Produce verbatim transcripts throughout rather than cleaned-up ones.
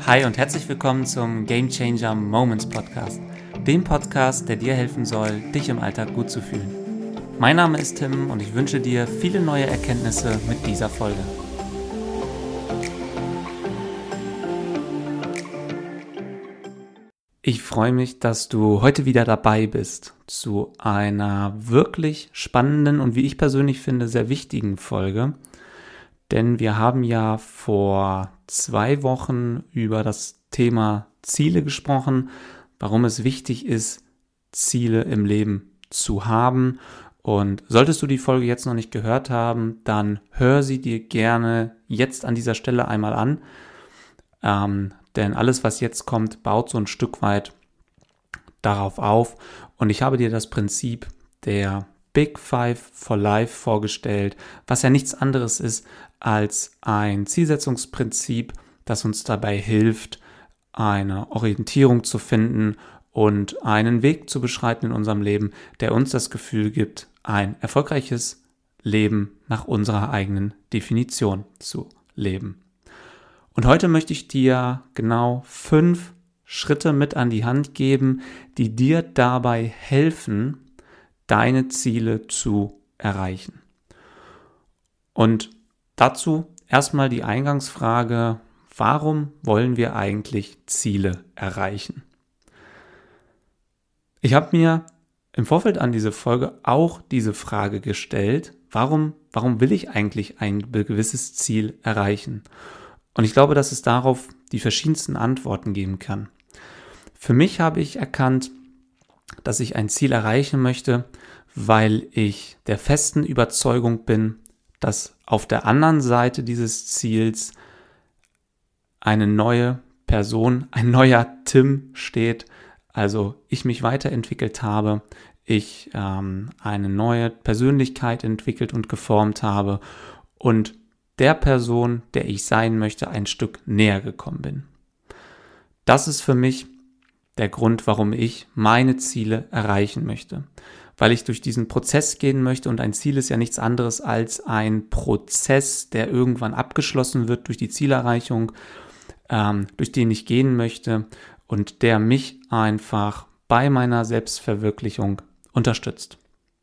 Hi und herzlich willkommen zum Game Changer Moments Podcast, dem Podcast, der dir helfen soll, dich im Alltag gut zu fühlen. Mein Name ist Tim und ich wünsche dir viele neue Erkenntnisse mit dieser Folge. Ich freue mich, dass du heute wieder dabei bist zu einer wirklich spannenden und wie ich persönlich finde, sehr wichtigen Folge. Denn wir haben ja vor zwei Wochen über das Thema Ziele gesprochen, warum es wichtig ist, Ziele im Leben zu haben. Und solltest du die Folge jetzt noch nicht gehört haben, dann hör sie dir gerne jetzt an dieser Stelle einmal an. Ähm, denn alles, was jetzt kommt, baut so ein Stück weit darauf auf. Und ich habe dir das Prinzip der Big Five for Life vorgestellt, was ja nichts anderes ist als ein Zielsetzungsprinzip, das uns dabei hilft, eine Orientierung zu finden und einen Weg zu beschreiten in unserem Leben, der uns das Gefühl gibt, ein erfolgreiches Leben nach unserer eigenen Definition zu leben. Und heute möchte ich dir genau fünf Schritte mit an die Hand geben, die dir dabei helfen, deine Ziele zu erreichen. Und dazu erstmal die Eingangsfrage, warum wollen wir eigentlich Ziele erreichen? Ich habe mir im Vorfeld an diese Folge auch diese Frage gestellt, warum, warum will ich eigentlich ein gewisses Ziel erreichen? Und ich glaube, dass es darauf die verschiedensten Antworten geben kann. Für mich habe ich erkannt, dass ich ein Ziel erreichen möchte, weil ich der festen Überzeugung bin, dass auf der anderen Seite dieses Ziels eine neue Person, ein neuer Tim steht, also ich mich weiterentwickelt habe, ich ähm, eine neue Persönlichkeit entwickelt und geformt habe und der Person, der ich sein möchte, ein Stück näher gekommen bin. Das ist für mich der Grund, warum ich meine Ziele erreichen möchte. Weil ich durch diesen Prozess gehen möchte und ein Ziel ist ja nichts anderes als ein Prozess, der irgendwann abgeschlossen wird durch die Zielerreichung, ähm, durch den ich gehen möchte und der mich einfach bei meiner Selbstverwirklichung unterstützt.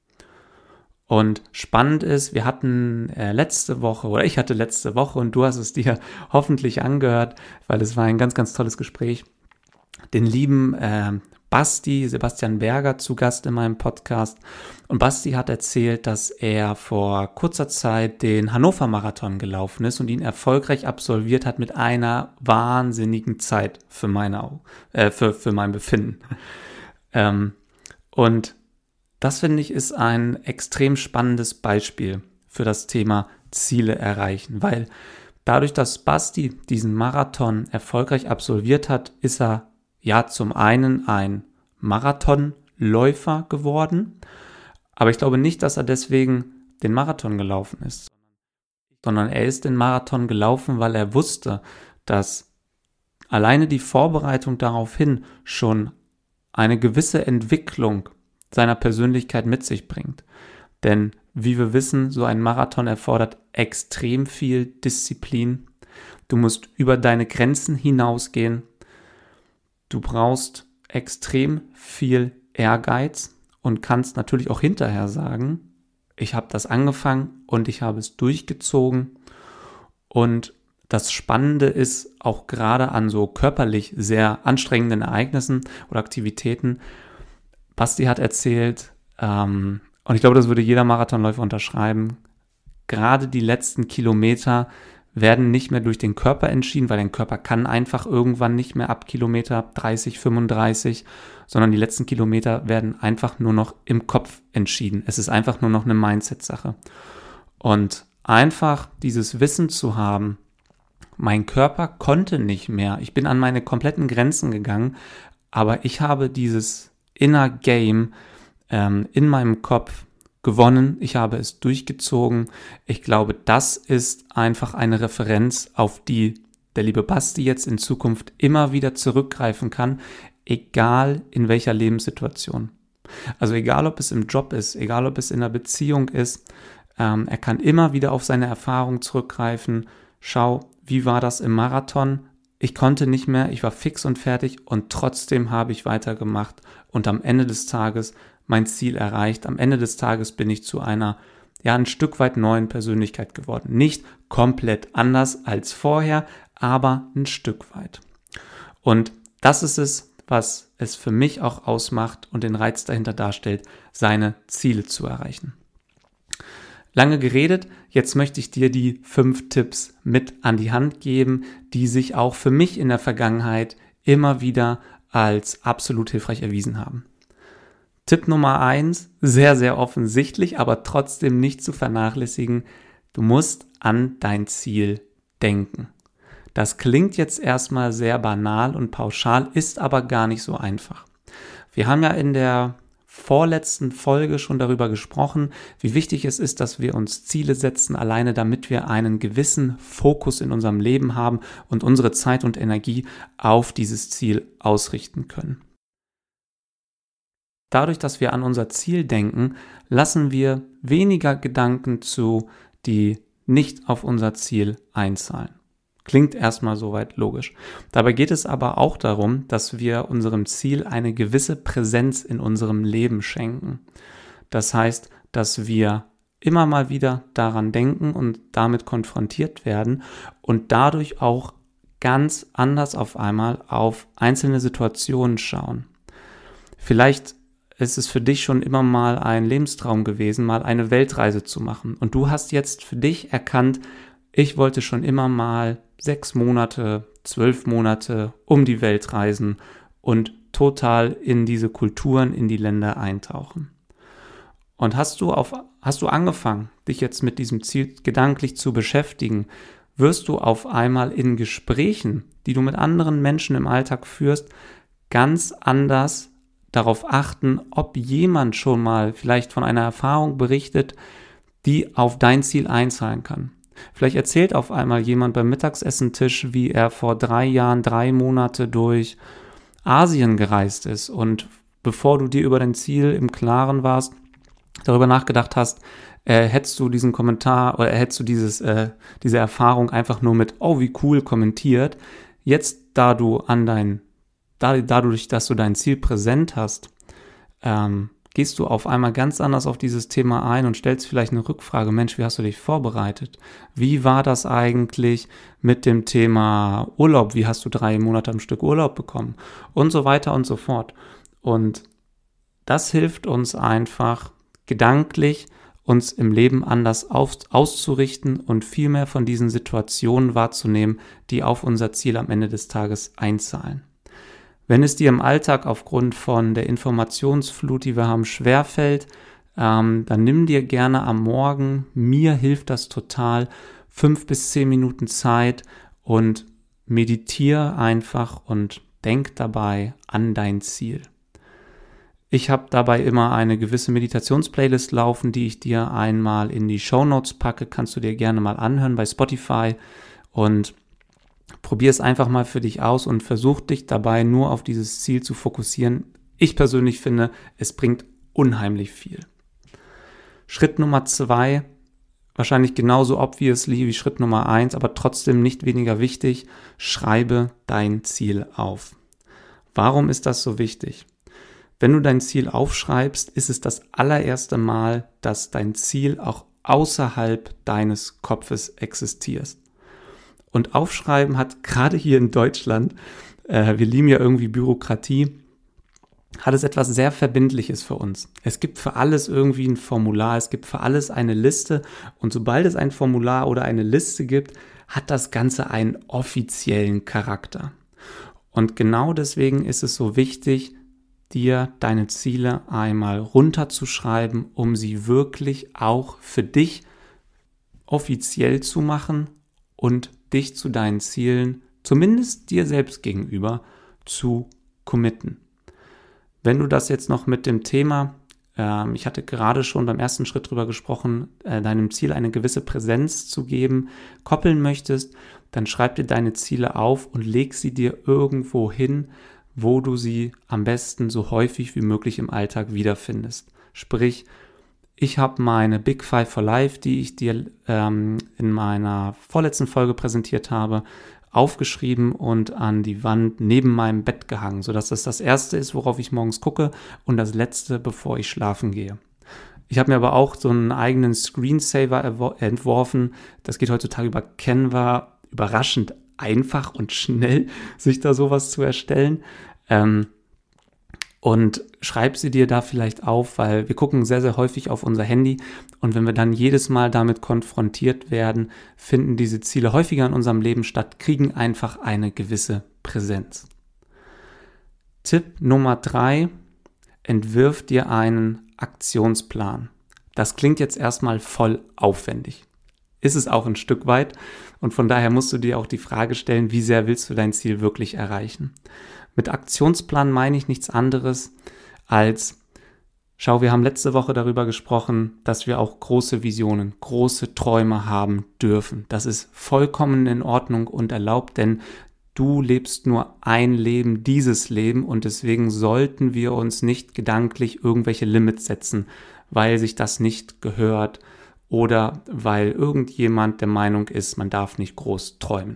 Und spannend ist, wir hatten äh, letzte Woche, oder ich hatte letzte Woche und du hast es dir hoffentlich angehört, weil es war ein ganz, ganz tolles Gespräch, den lieben äh, Basti, Sebastian Berger, zu Gast in meinem Podcast. Und Basti hat erzählt, dass er vor kurzer Zeit den Hannover-Marathon gelaufen ist und ihn erfolgreich absolviert hat mit einer wahnsinnigen Zeit für, meine, äh, für, für mein Befinden. ähm, und das, finde ich, ist ein extrem spannendes Beispiel für das Thema Ziele erreichen, weil dadurch, dass Basti diesen Marathon erfolgreich absolviert hat, ist er ja zum einen ein Marathonläufer geworden, aber ich glaube nicht, dass er deswegen den Marathon gelaufen ist, sondern er ist den Marathon gelaufen, weil er wusste, dass alleine die Vorbereitung daraufhin schon eine gewisse Entwicklung seiner Persönlichkeit mit sich bringt. Denn wie wir wissen, so ein Marathon erfordert extrem viel Disziplin. Du musst über deine Grenzen hinausgehen. Du brauchst extrem viel Ehrgeiz und kannst natürlich auch hinterher sagen, ich habe das angefangen und ich habe es durchgezogen. Und das Spannende ist auch gerade an so körperlich sehr anstrengenden Ereignissen oder Aktivitäten. Basti hat erzählt, ähm, und ich glaube, das würde jeder Marathonläufer unterschreiben, gerade die letzten Kilometer werden nicht mehr durch den Körper entschieden, weil dein Körper kann einfach irgendwann nicht mehr ab Kilometer dreißig, fünfunddreißig, sondern die letzten Kilometer werden einfach nur noch im Kopf entschieden. Es ist einfach nur noch eine Mindset-Sache. Und einfach dieses Wissen zu haben, mein Körper konnte nicht mehr, ich bin an meine kompletten Grenzen gegangen, aber ich habe dieses Inner Game ähm, in meinem Kopf gewonnen, ich habe es durchgezogen. Ich glaube, das ist einfach eine Referenz, auf die der liebe Basti jetzt in Zukunft immer wieder zurückgreifen kann, egal in welcher Lebenssituation. Also egal, ob es im Job ist, egal, ob es in einer Beziehung ist, ähm, er kann immer wieder auf seine Erfahrung zurückgreifen. Schau, wie war das im Marathon? ich konnte nicht mehr, ich war fix und fertig und trotzdem habe ich weitergemacht und am Ende des Tages mein Ziel erreicht. Am Ende des Tages bin ich zu einer, ja, ein Stück weit neuen Persönlichkeit geworden. Nicht komplett anders als vorher, aber ein Stück weit. Und das ist es, was es für mich auch ausmacht und den Reiz dahinter darstellt, seine Ziele zu erreichen. Lange geredet, jetzt möchte ich dir die fünf Tipps mit an die Hand geben, die sich auch für mich in der Vergangenheit immer wieder als absolut hilfreich erwiesen haben. Tipp Nummer eins, sehr, sehr offensichtlich, aber trotzdem nicht zu vernachlässigen, du musst an dein Ziel denken. Das klingt jetzt erstmal sehr banal und pauschal, ist aber gar nicht so einfach. Wir haben ja in der vorletzten Folge schon darüber gesprochen, wie wichtig es ist, dass wir uns Ziele setzen, alleine damit wir einen gewissen Fokus in unserem Leben haben und unsere Zeit und Energie auf dieses Ziel ausrichten können. Dadurch, dass wir an unser Ziel denken, lassen wir weniger Gedanken zu, die nicht auf unser Ziel einzahlen. Klingt erstmal soweit logisch. Dabei geht es aber auch darum, dass wir unserem Ziel eine gewisse Präsenz in unserem Leben schenken. Das heißt, dass wir immer mal wieder daran denken und damit konfrontiert werden und dadurch auch ganz anders auf einmal auf einzelne Situationen schauen. Vielleicht ist es für dich schon immer mal ein Lebenstraum gewesen, mal eine Weltreise zu machen. Und du hast jetzt für dich erkannt, ich wollte schon immer mal sechs Monate, zwölf Monate um die Welt reisen und total in diese Kulturen, in die Länder eintauchen. Und hast du auf, hast du angefangen, dich jetzt mit diesem Ziel gedanklich zu beschäftigen, wirst du auf einmal in Gesprächen, die du mit anderen Menschen im Alltag führst, ganz anders darauf achten, ob jemand schon mal vielleicht von einer Erfahrung berichtet, die auf dein Ziel einzahlen kann. Vielleicht erzählt auf einmal jemand beim Mittagsessentisch, wie er vor drei Jahren, drei Monate durch Asien gereist ist und bevor du dir über dein Ziel im Klaren warst, darüber nachgedacht hast, äh, hättest du diesen Kommentar oder hättest du dieses, äh, diese Erfahrung einfach nur mit, oh wie cool, kommentiert. Jetzt, da du an dein, da, dadurch, dass du dein Ziel präsent hast, ähm, gehst du auf einmal ganz anders auf dieses Thema ein und stellst vielleicht eine Rückfrage, Mensch, wie hast du dich vorbereitet? Wie war das eigentlich mit dem Thema Urlaub? Wie hast du drei Monate am Stück Urlaub bekommen? Und so weiter und so fort. Und das hilft uns einfach gedanklich, uns im Leben anders auf, auszurichten und viel mehr von diesen Situationen wahrzunehmen, die auf unser Ziel am Ende des Tages einzahlen. Wenn es dir im Alltag aufgrund von der Informationsflut, die wir haben, schwerfällt, ähm, dann nimm dir gerne am Morgen, mir hilft das total, fünf bis zehn Minuten Zeit und meditiere einfach und denk dabei an dein Ziel. Ich habe dabei immer eine gewisse Meditationsplaylist laufen, die ich dir einmal in die Shownotes packe, kannst du dir gerne mal anhören bei Spotify und probier es einfach mal für dich aus und versuch dich dabei nur auf dieses Ziel zu fokussieren. Ich persönlich finde, es bringt unheimlich viel. Schritt Nummer zwei, wahrscheinlich genauso obviously wie Schritt Nummer eins, aber trotzdem nicht weniger wichtig, schreibe dein Ziel auf. Warum ist das so wichtig? Wenn du dein Ziel aufschreibst, ist es das allererste Mal, dass dein Ziel auch außerhalb deines Kopfes existiert. Und Aufschreiben hat gerade hier in Deutschland, äh, wir lieben ja irgendwie Bürokratie, hat es etwas sehr Verbindliches für uns. Es gibt für alles irgendwie ein Formular, es gibt für alles eine Liste und sobald es ein Formular oder eine Liste gibt, hat das Ganze einen offiziellen Charakter. Und genau deswegen ist es so wichtig, dir deine Ziele einmal runterzuschreiben, um sie wirklich auch für dich offiziell zu machen und dich zu deinen Zielen, zumindest dir selbst gegenüber, zu committen. Wenn du das jetzt noch mit dem Thema, ähm, ich hatte gerade schon beim ersten Schritt drüber gesprochen, äh, deinem Ziel eine gewisse Präsenz zu geben, koppeln möchtest, dann schreib dir deine Ziele auf und leg sie dir irgendwo hin, wo du sie am besten so häufig wie möglich im Alltag wiederfindest. Sprich, ich habe meine Big Five for Life, die ich dir ähm, in meiner vorletzten Folge präsentiert habe, aufgeschrieben und an die Wand neben meinem Bett gehangen, sodass das das Erste ist, worauf ich morgens gucke und das Letzte, bevor ich schlafen gehe. Ich habe mir aber auch so einen eigenen Screensaver entworfen. Das geht heutzutage über Canva, überraschend einfach und schnell, sich da sowas zu erstellen. Ähm, und schreib sie dir da vielleicht auf, weil wir gucken sehr, sehr häufig auf unser Handy und wenn wir dann jedes Mal damit konfrontiert werden, finden diese Ziele häufiger in unserem Leben statt, kriegen einfach eine gewisse Präsenz. Tipp Nummer drei, entwirf dir einen Aktionsplan. Das klingt jetzt erstmal voll aufwendig. Ist es auch ein Stück weit und von daher musst du dir auch die Frage stellen, wie sehr willst du dein Ziel wirklich erreichen? Mit Aktionsplan meine ich nichts anderes als, schau, wir haben letzte Woche darüber gesprochen, dass wir auch große Visionen, große Träume haben dürfen. Das ist vollkommen in Ordnung und erlaubt, denn du lebst nur ein Leben, dieses Leben und deswegen sollten wir uns nicht gedanklich irgendwelche Limits setzen, weil sich das nicht gehört oder weil irgendjemand der Meinung ist, man darf nicht groß träumen.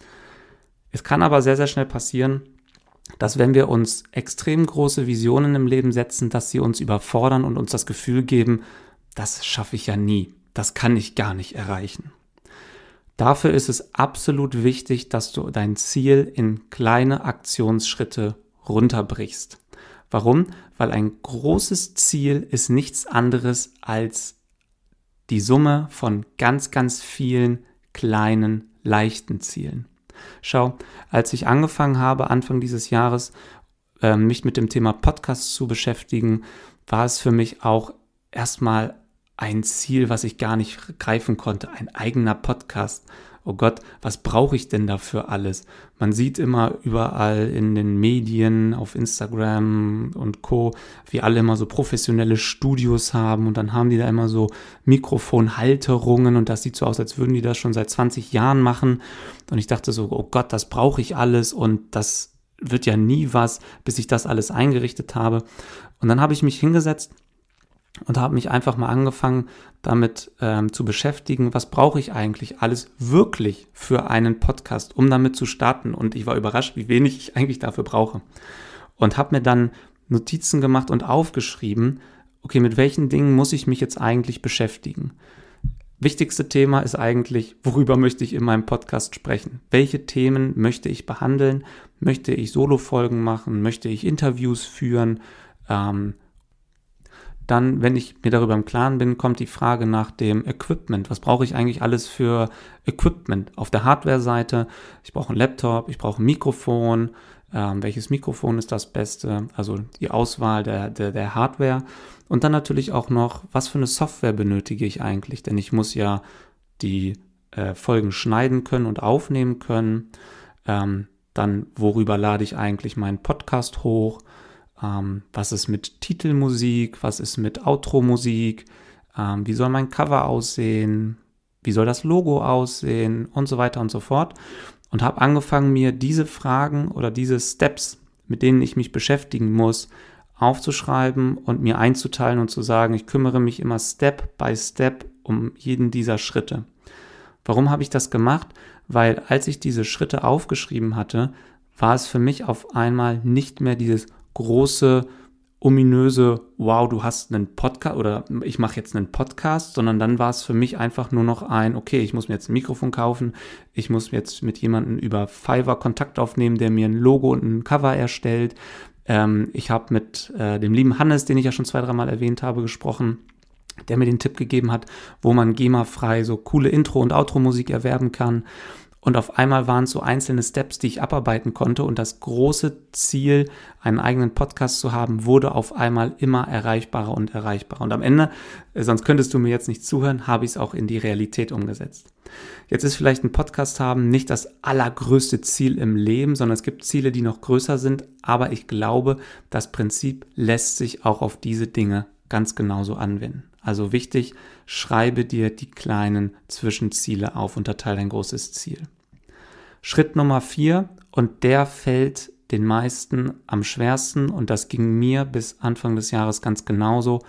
Es kann aber sehr, sehr schnell passieren, dass wenn wir uns extrem große Visionen im Leben setzen, dass sie uns überfordern und uns das Gefühl geben, das schaffe ich ja nie, das kann ich gar nicht erreichen. Dafür ist es absolut wichtig, dass du dein Ziel in kleine Aktionsschritte runterbrichst. Warum? Weil ein großes Ziel ist nichts anderes als die Summe von ganz, ganz vielen kleinen, leichten Zielen. Schau, als ich angefangen habe, Anfang dieses Jahres, äh, mich mit dem Thema Podcast zu beschäftigen, war es für mich auch erstmal ein Ziel, was ich gar nicht greifen konnte, ein eigener Podcast. Oh Gott, was brauche ich denn dafür alles? Man sieht immer überall in den Medien, auf Instagram und Co., wie alle immer so professionelle Studios haben und dann haben die da immer so Mikrofonhalterungen und das sieht so aus, als würden die das schon seit zwanzig Jahren machen. Und ich dachte so, oh Gott, das brauche ich alles und das wird ja nie was, bis ich das alles eingerichtet habe. Und dann habe ich mich hingesetzt und habe mich einfach mal angefangen, damit ähm, zu beschäftigen, was brauche ich eigentlich alles wirklich für einen Podcast, um damit zu starten. Und ich war überrascht, wie wenig ich eigentlich dafür brauche. Und habe mir dann Notizen gemacht und aufgeschrieben, okay, mit welchen Dingen muss ich mich jetzt eigentlich beschäftigen? Wichtigste Thema ist eigentlich, worüber möchte ich in meinem Podcast sprechen? Welche Themen möchte ich behandeln? Möchte ich Solo-Folgen machen? Möchte ich Interviews führen? Ähm, Dann, wenn ich mir darüber im Klaren bin, kommt die Frage nach dem Equipment. Was brauche ich eigentlich alles für Equipment? Auf der Hardware-Seite, ich brauche einen Laptop, ich brauche ein Mikrofon. Ähm, welches Mikrofon ist das Beste? Also die Auswahl der, der, der Hardware. Und dann natürlich auch noch, was für eine Software benötige ich eigentlich? Denn ich muss ja die äh, Folgen schneiden können und aufnehmen können. Ähm, dann, worüber lade ich eigentlich meinen Podcast hoch? Ähm, was ist mit Titelmusik, was ist mit Outro-Musik, ähm, wie soll mein Cover aussehen, wie soll das Logo aussehen und so weiter und so fort. Und habe angefangen, mir diese Fragen oder diese Steps, mit denen ich mich beschäftigen muss, aufzuschreiben und mir einzuteilen und zu sagen, ich kümmere mich immer Step by Step um jeden dieser Schritte. Warum habe ich das gemacht? Weil als ich diese Schritte aufgeschrieben hatte, war es für mich auf einmal nicht mehr dieses große, ominöse, wow, du hast einen Podcast oder ich mache jetzt einen Podcast, sondern dann war es für mich einfach nur noch ein, okay, ich muss mir jetzt ein Mikrofon kaufen, ich muss jetzt mit jemandem über Fiverr Kontakt aufnehmen, der mir ein Logo und ein Cover erstellt. Ähm, ich habe mit äh, dem lieben Hannes, den ich ja schon zwei, dreimal erwähnt habe, gesprochen, der mir den Tipp gegeben hat, wo man GEMA-frei so coole Intro- und Outro-Musik erwerben kann. Und auf einmal waren es so einzelne Steps, die ich abarbeiten konnte und das große Ziel, einen eigenen Podcast zu haben, wurde auf einmal immer erreichbarer und erreichbarer. Und am Ende, sonst könntest du mir jetzt nicht zuhören, habe ich es auch in die Realität umgesetzt. Jetzt ist vielleicht ein Podcast haben nicht das allergrößte Ziel im Leben, sondern es gibt Ziele, die noch größer sind. Aber ich glaube, das Prinzip lässt sich auch auf diese Dinge ganz genauso anwenden. Also wichtig, schreibe dir die kleinen Zwischenziele auf, unterteile dein großes Ziel. Schritt Nummer vier, und der fällt den meisten am schwersten, und das ging mir bis Anfang des Jahres ganz genauso,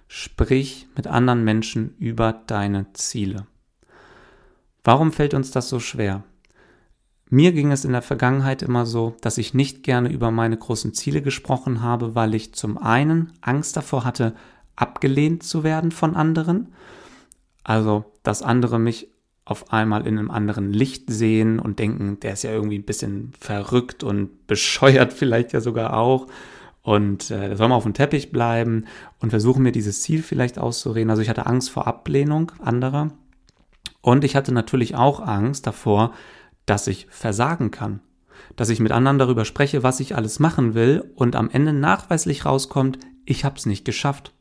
sprich mit anderen Menschen über deine Ziele. Warum fällt uns das so schwer? Mir ging es in der Vergangenheit immer so, dass ich nicht gerne über meine großen Ziele gesprochen habe, weil ich zum einen Angst davor hatte, abgelehnt zu werden von anderen. Also, dass andere mich auf einmal in einem anderen Licht sehen und denken, der ist ja irgendwie ein bisschen verrückt und bescheuert vielleicht ja sogar auch. Und äh, da soll man auf dem Teppich bleiben und versuchen mir dieses Ziel vielleicht auszureden. Also ich hatte Angst vor Ablehnung anderer. Und ich hatte natürlich auch Angst davor, dass ich versagen kann. Dass ich mit anderen darüber spreche, was ich alles machen will und am Ende nachweislich rauskommt, ich habe es nicht geschafft.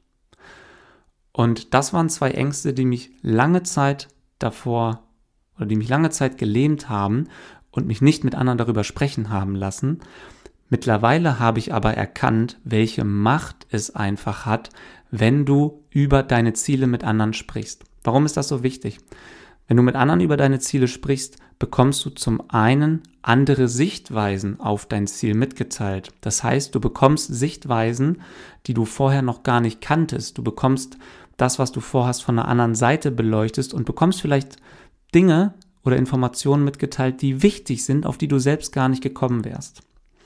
Und das waren zwei Ängste, die mich lange Zeit davor oder die mich lange Zeit gelähmt haben und mich nicht mit anderen darüber sprechen haben lassen. Mittlerweile habe ich aber erkannt, welche Macht es einfach hat, wenn du über deine Ziele mit anderen sprichst. Warum ist das so wichtig? Wenn du mit anderen über deine Ziele sprichst, bekommst du zum einen andere Sichtweisen auf dein Ziel mitgeteilt. Das heißt, du bekommst Sichtweisen, die du vorher noch gar nicht kanntest. Du bekommst das, was du vorhast, von einer anderen Seite beleuchtest und bekommst vielleicht Dinge oder Informationen mitgeteilt, die wichtig sind, auf die du selbst gar nicht gekommen wärst.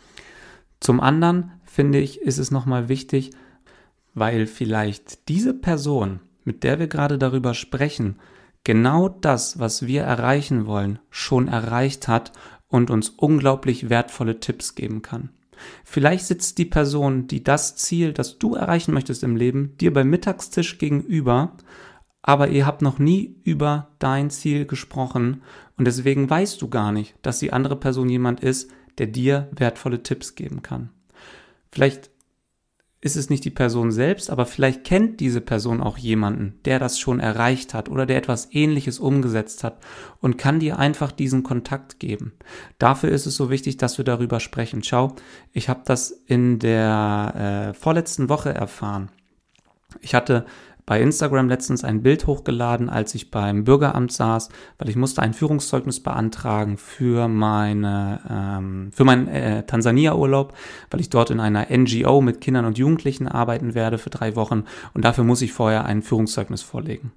Zum anderen, finde ich, ist es nochmal wichtig, weil vielleicht diese Person, mit der wir gerade darüber sprechen, genau das, was wir erreichen wollen, schon erreicht hat und uns unglaublich wertvolle Tipps geben kann. Vielleicht sitzt die Person, die das Ziel, das du erreichen möchtest im Leben, dir beim Mittagstisch gegenüber, aber ihr habt noch nie über dein Ziel gesprochen und deswegen weißt du gar nicht, dass die andere Person jemand ist, der dir wertvolle Tipps geben kann. Vielleicht ist es nicht die Person selbst, aber vielleicht kennt diese Person auch jemanden, der das schon erreicht hat oder der etwas Ähnliches umgesetzt hat und kann dir einfach diesen Kontakt geben. Dafür ist es so wichtig, dass wir darüber sprechen. Schau, ich habe das in der äh, vorletzten Woche erfahren. Ich hatte bei Instagram letztens ein Bild hochgeladen, als ich beim Bürgeramt saß, weil ich musste ein Führungszeugnis beantragen für meine ähm, für meinen äh, Tansania-Urlaub, weil ich dort in einer N G O mit Kindern und Jugendlichen arbeiten werde für drei Wochen und dafür muss ich vorher ein Führungszeugnis vorlegen.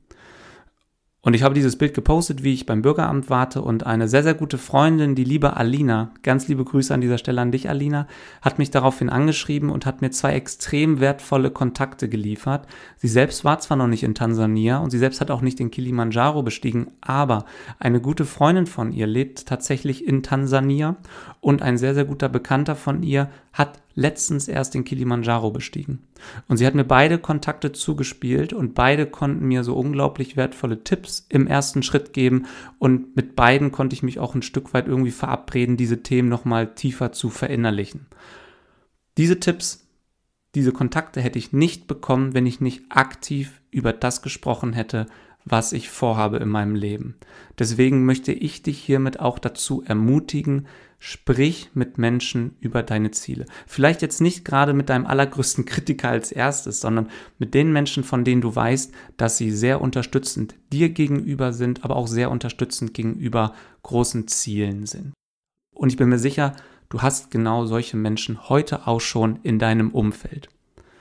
Und ich habe dieses Bild gepostet, wie ich beim Bürgeramt warte und eine sehr, sehr gute Freundin, die liebe Alina, ganz liebe Grüße an dieser Stelle an dich, Alina, hat mich daraufhin angeschrieben und hat mir zwei extrem wertvolle Kontakte geliefert. Sie selbst war zwar noch nicht in Tansania und sie selbst hat auch nicht den Kilimanjaro bestiegen, aber eine gute Freundin von ihr lebt tatsächlich in Tansania und ein sehr, sehr guter Bekannter von ihr hat letztens erst den Kilimanjaro bestiegen. Und sie hat mir beide Kontakte zugespielt und beide konnten mir so unglaublich wertvolle Tipps im ersten Schritt geben und mit beiden konnte ich mich auch ein Stück weit irgendwie verabreden, diese Themen nochmal tiefer zu verinnerlichen. Diese Tipps, diese Kontakte hätte ich nicht bekommen, wenn ich nicht aktiv über das gesprochen hätte, was ich vorhabe in meinem Leben. Deswegen möchte ich dich hiermit auch dazu ermutigen, sprich mit Menschen über deine Ziele. Vielleicht jetzt nicht gerade mit deinem allergrößten Kritiker als erstes, sondern mit den Menschen, von denen du weißt, dass sie sehr unterstützend dir gegenüber sind, aber auch sehr unterstützend gegenüber großen Zielen sind. Und ich bin mir sicher, du hast genau solche Menschen heute auch schon in deinem Umfeld.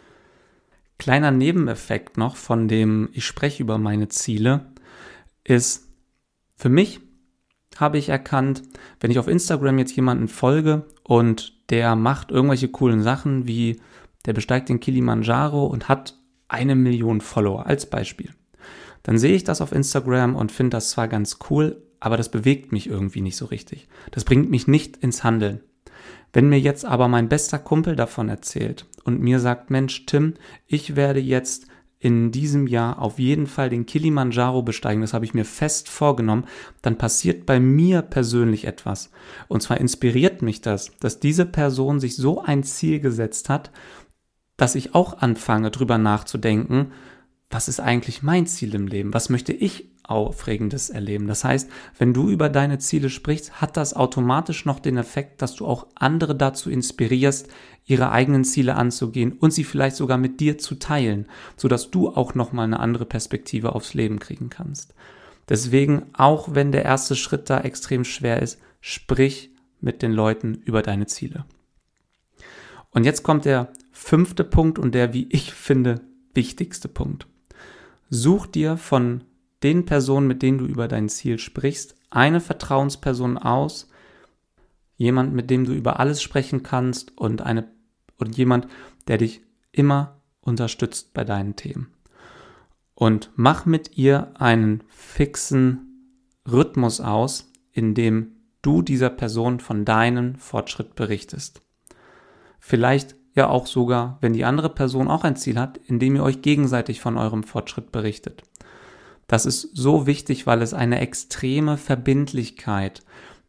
Kleiner Nebeneffekt noch von dem, ich spreche über meine Ziele, ist, für mich habe ich erkannt, wenn ich auf Instagram jetzt jemanden folge und der macht irgendwelche coolen Sachen, wie der besteigt den Kilimanjaro und hat eine Million Follower als Beispiel, dann sehe ich das auf Instagram und finde das zwar ganz cool, aber das bewegt mich irgendwie nicht so richtig. Das bringt mich nicht ins Handeln. Wenn mir jetzt aber mein bester Kumpel davon erzählt und mir sagt, Mensch, Tim, ich werde jetzt in diesem Jahr auf jeden Fall den Kilimanjaro besteigen, das habe ich mir fest vorgenommen, dann passiert bei mir persönlich etwas. Und zwar inspiriert mich das, dass diese Person sich so ein Ziel gesetzt hat, dass ich auch anfange, drüber nachzudenken, was ist eigentlich mein Ziel im Leben? Was möchte ich Aufregendes erleben? Das heißt, wenn du über deine Ziele sprichst, hat das automatisch noch den Effekt, dass du auch andere dazu inspirierst, ihre eigenen Ziele anzugehen und sie vielleicht sogar mit dir zu teilen, sodass du auch nochmal eine andere Perspektive aufs Leben kriegen kannst. Deswegen, auch wenn der erste Schritt da extrem schwer ist, sprich mit den Leuten über deine Ziele. Und jetzt kommt der fünfte Punkt und der, wie ich finde, wichtigste Punkt. Such dir von den Personen, mit denen du über dein Ziel sprichst, eine Vertrauensperson aus, jemand, mit dem du über alles sprechen kannst und, eine, und jemand, der dich immer unterstützt bei deinen Themen. Und mach mit ihr einen fixen Rhythmus aus, in dem du dieser Person von deinem Fortschritt berichtest. Vielleicht ja auch sogar, wenn die andere Person auch ein Ziel hat, indem ihr euch gegenseitig von eurem Fortschritt berichtet. Das ist so wichtig, weil es eine extreme Verbindlichkeit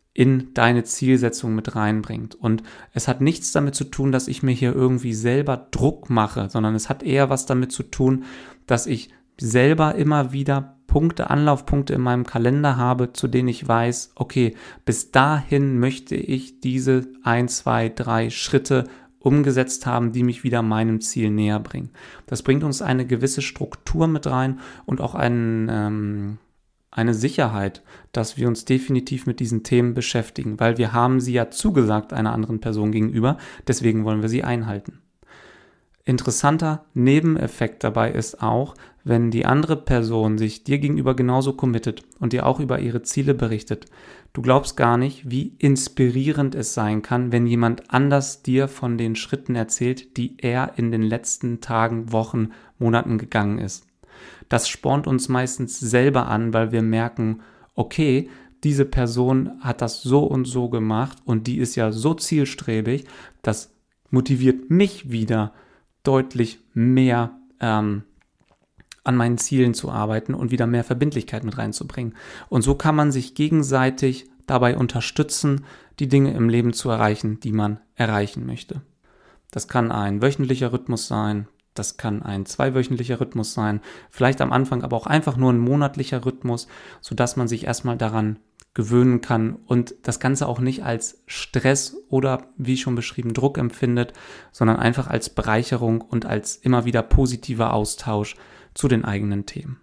in deine Zielsetzung mit reinbringt. Und es hat nichts damit zu tun, dass ich mir hier irgendwie selber Druck mache, sondern es hat eher was damit zu tun, dass ich selber immer wieder Punkte, Anlaufpunkte in meinem Kalender habe, zu denen ich weiß, okay, bis dahin möchte ich diese ein, zwei, drei Schritte umgesetzt haben, die mich wieder meinem Ziel näher bringen. Das bringt uns eine gewisse Struktur mit rein und auch ein, ähm, eine Sicherheit, dass wir uns definitiv mit diesen Themen beschäftigen, weil wir haben sie ja zugesagt einer anderen Person gegenüber, deswegen wollen wir sie einhalten. Interessanter Nebeneffekt dabei ist auch, wenn die andere Person sich dir gegenüber genauso committet und dir auch über ihre Ziele berichtet. Du glaubst gar nicht, wie inspirierend es sein kann, wenn jemand anders dir von den Schritten erzählt, die er in den letzten Tagen, Wochen, Monaten gegangen ist. Das spornt uns meistens selber an, weil wir merken, okay, diese Person hat das so und so gemacht und die ist ja so zielstrebig, das motiviert mich wieder, deutlich mehr ähm, an meinen Zielen zu arbeiten und wieder mehr Verbindlichkeit mit reinzubringen. Und so kann man sich gegenseitig dabei unterstützen, die Dinge im Leben zu erreichen, die man erreichen möchte. Das kann ein wöchentlicher Rhythmus sein, das kann ein zweiwöchentlicher Rhythmus sein, vielleicht am Anfang aber auch einfach nur ein monatlicher Rhythmus, sodass man sich erstmal daran gewöhnen kann und das Ganze auch nicht als Stress oder, wie schon beschrieben, Druck empfindet, sondern einfach als Bereicherung und als immer wieder positiver Austausch zu den eigenen Themen.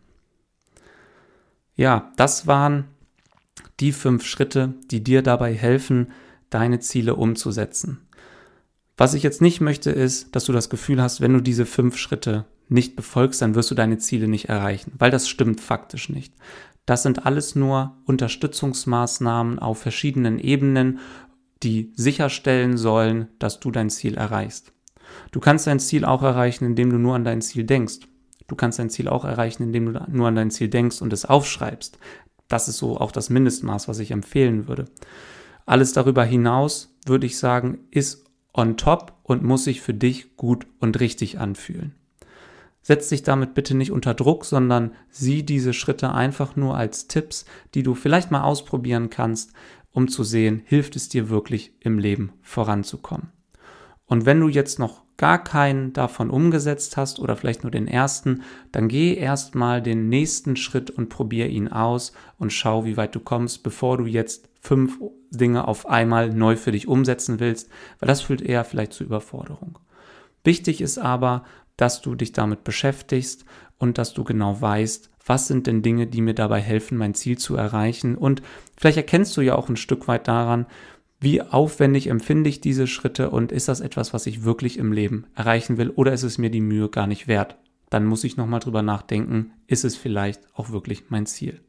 Ja, das waren die fünf Schritte, die dir dabei helfen, deine Ziele umzusetzen. Was ich jetzt nicht möchte, ist, dass du das Gefühl hast, wenn du diese fünf Schritte nicht befolgst, dann wirst du deine Ziele nicht erreichen, weil das stimmt faktisch nicht. Das sind alles nur Unterstützungsmaßnahmen auf verschiedenen Ebenen, die sicherstellen sollen, dass du dein Ziel erreichst. Du kannst dein Ziel auch erreichen, indem du nur an dein Ziel denkst. Du kannst dein Ziel auch erreichen, indem du nur an dein Ziel denkst und es aufschreibst. Das ist so auch das Mindestmaß, was ich empfehlen würde. Alles darüber hinaus, würde ich sagen, ist on top und muss sich für dich gut und richtig anfühlen. Setz dich damit bitte nicht unter Druck, sondern sieh diese Schritte einfach nur als Tipps, die du vielleicht mal ausprobieren kannst, um zu sehen, hilft es dir wirklich im Leben voranzukommen. Und wenn du jetzt noch gar keinen davon umgesetzt hast oder vielleicht nur den ersten, dann geh erstmal den nächsten Schritt und probier ihn aus und schau, wie weit du kommst, bevor du jetzt fünf Dinge auf einmal neu für dich umsetzen willst, weil das führt eher vielleicht zu Überforderung. Wichtig ist aber, dass du dich damit beschäftigst und dass du genau weißt, was sind denn Dinge, die mir dabei helfen, mein Ziel zu erreichen. Und vielleicht erkennst du ja auch ein Stück weit daran, wie aufwendig empfinde ich diese Schritte und ist das etwas, was ich wirklich im Leben erreichen will oder ist es mir die Mühe gar nicht wert? Dann muss ich nochmal drüber nachdenken, ist es vielleicht auch wirklich mein Ziel?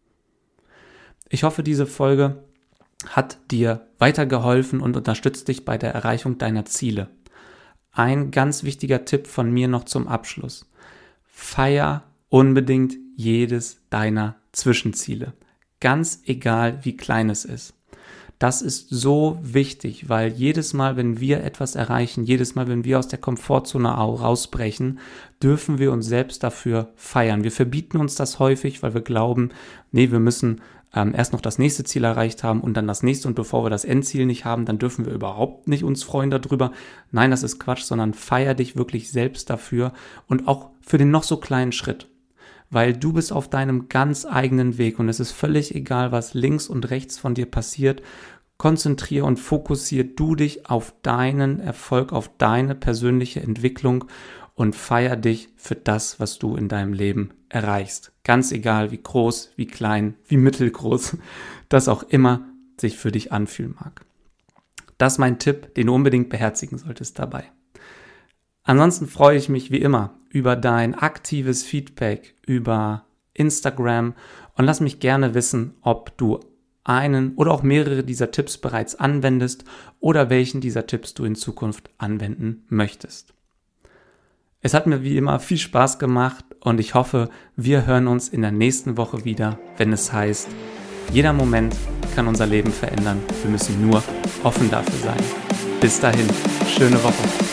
Ich hoffe, diese Folge hat dir weitergeholfen und unterstützt dich bei der Erreichung deiner Ziele. Ein ganz wichtiger Tipp von mir noch zum Abschluss. Feier unbedingt jedes deiner Zwischenziele. Ganz egal, wie klein es ist. Das ist so wichtig, weil jedes Mal, wenn wir etwas erreichen, jedes Mal, wenn wir aus der Komfortzone rausbrechen, dürfen wir uns selbst dafür feiern. Wir verbieten uns das häufig, weil wir glauben, nee, wir müssen ähm, erst noch das nächste Ziel erreicht haben und dann das nächste und bevor wir das Endziel nicht haben, dann dürfen wir überhaupt nicht uns freuen darüber. Nein, das ist Quatsch, sondern feier dich wirklich selbst dafür und auch für den noch so kleinen Schritt. Weil du bist auf deinem ganz eigenen Weg und es ist völlig egal, was links und rechts von dir passiert. Konzentriere und fokussiere du dich auf deinen Erfolg, auf deine persönliche Entwicklung und feier dich für das, was du in deinem Leben erreichst. Ganz egal, wie groß, wie klein, wie mittelgroß, das auch immer sich für dich anfühlen mag. Das ist mein Tipp, den du unbedingt beherzigen solltest dabei. Ansonsten freue ich mich wie immer über dein aktives Feedback über Instagram und lass mich gerne wissen, ob du einen oder auch mehrere dieser Tipps bereits anwendest oder welchen dieser Tipps du in Zukunft anwenden möchtest. Es hat mir wie immer viel Spaß gemacht und ich hoffe, wir hören uns in der nächsten Woche wieder, wenn es heißt, jeder Moment kann unser Leben verändern. Wir müssen nur offen dafür sein. Bis dahin, schöne Woche.